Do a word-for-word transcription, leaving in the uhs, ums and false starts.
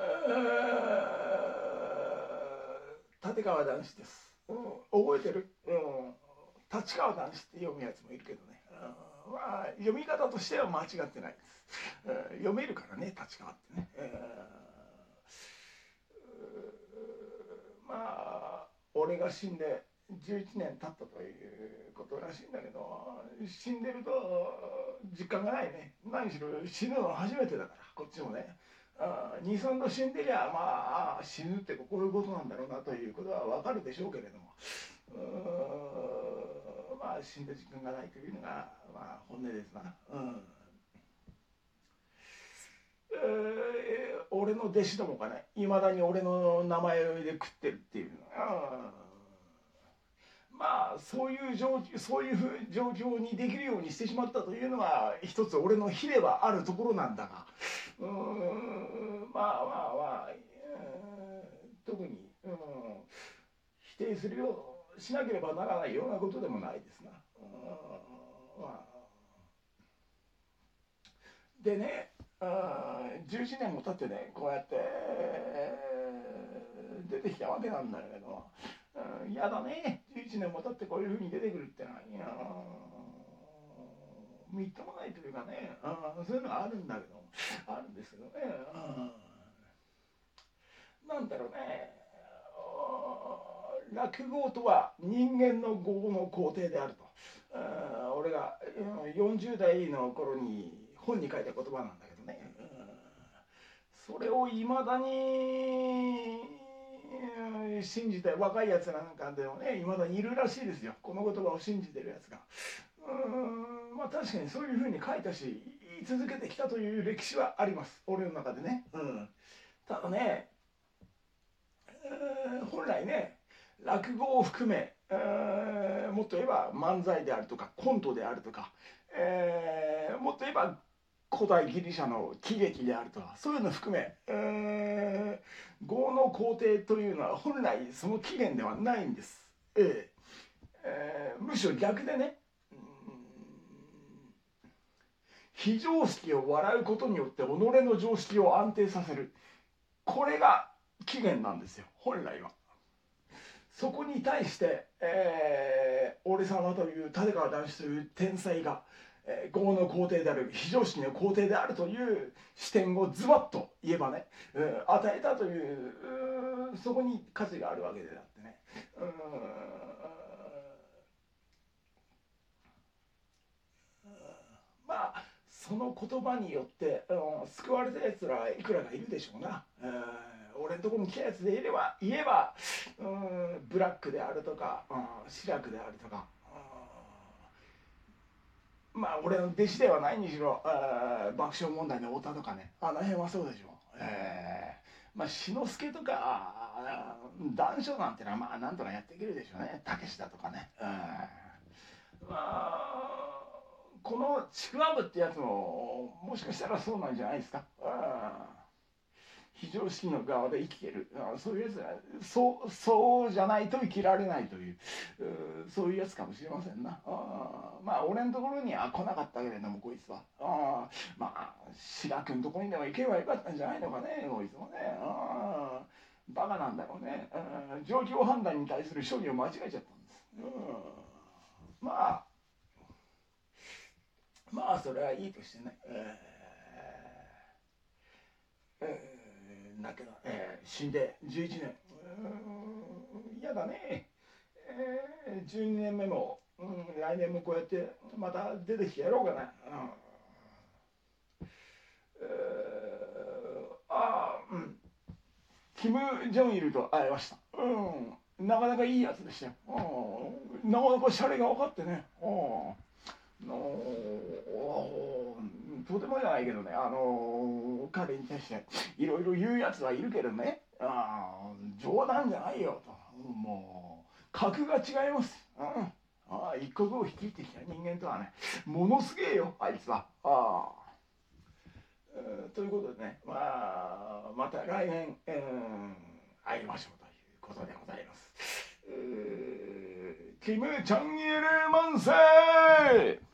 立川談志です、うん、覚えてる、うん、立川談志って読むやつもいるけどね、うん、まあ、読み方としては間違ってないです、うん、読めるからね立川ってね、うん、まあ俺が死んでじゅういちねん経ったということらしいんだけど、死んでると実感がないね。何しろ死ぬのは初めてだからこっちもね、にさんど死んでりゃまあ死ぬってこういうことなんだろうなということはわかるでしょうけれども、うーん、まあ死んだ実感がないというのがまあ本音ですな、うん。えー俺の弟子どもがねいまだに俺の名前で食ってるっていうのが、まあそういう状況そういう状況にできるようにしてしまったというのは一つ俺の非ではあるところなんだが、うーん、まあまあまあ、特に、うん、否定するようしなければならないようなことでもないですな。うん、まあ、でね、じゅういちねんも経ってねこうやって出てきたわけなんだけど、嫌、うん、だねじゅういちねんも経ってこういうふうに出てくるってのは、いやみっともないというかね、うん、そういうのがあるんだけどあるんですけどね、うん、なんだろうね、落語とは人間の業の工程であると、俺がよんじゅう代の頃に本に書いた言葉なんだけどね、それをいまだに信じて若いやつなんかでもねいまだにいるらしいですよ、この言葉を信じてるやつが。うーん、まあ確かにそういうふうに書いたし言い続けてきたという歴史はあります俺の中でね、うん、ただね、本来ね落語を含め、えーもっと言えば漫才であるとかコントであるとか、えーもっと言えば古代ギリシャの喜劇であるとかそういうの含め、えー、業の皇帝というのは本来その起源ではないんです、えーえーむしろ逆でね、非常識を笑うことによって己の常識を安定させる、これが起源なんですよ本来は。そこに対して、えー、俺様という立川談志という天才が、えー、業の皇帝である非常識の皇帝であるという視点をズバッと言えばね、うん、与えたという、うそこに価値があるわけであってね、うん、まあその言葉によって、うん、救われたやつらいくらかいるでしょうな、うん、俺のところに来たやつでいれば言えば、うん、ブラックであるとか、うん、シラクであるとか、うん、まあ俺の弟子ではないにしろ、爆笑問題の太田とかねあの辺はそうでしょう、えー、まあ志の輔とか談笑なんてのはまあなんとかやっていけるでしょうね、たけしだとかね、うん、まあこのちくわぶってやつももしかしたらそうなんじゃないですか。非常識の側で生きてるそういうやつはそうそうじゃないと生きられないというそういうやつかもしれませんな。あまあ俺のところには来なかったけれどもこいつはあまあ白君のところにでも行けばよかったんじゃないのかねこいつもね。あバカなんだろうね、状況判断に対する処理を間違えちゃったんです。まあまあそれはいいとしてね、えーえー、だけど、えー、死んでじゅういちねん嫌だね、えー、じゅうにねんめも、うん、来年もこうやってまた出てきてやろうかな、うんえー、ああうんキム・ジョンイルと会いました、うん、なかなかいいやつでしたよ、うん、なかなかシャレが分かってね、うんのとてもじゃないけどね、あの彼に対していろいろ言うやつはいるけどね、あ冗談じゃないよと、もう格が違います、うん、あ一国を率いてきた人間とはねものすげえよあいつは。あということでね、まあ、また来年、えー、会いましょうということでございます。キム・チャンイル・マンセイ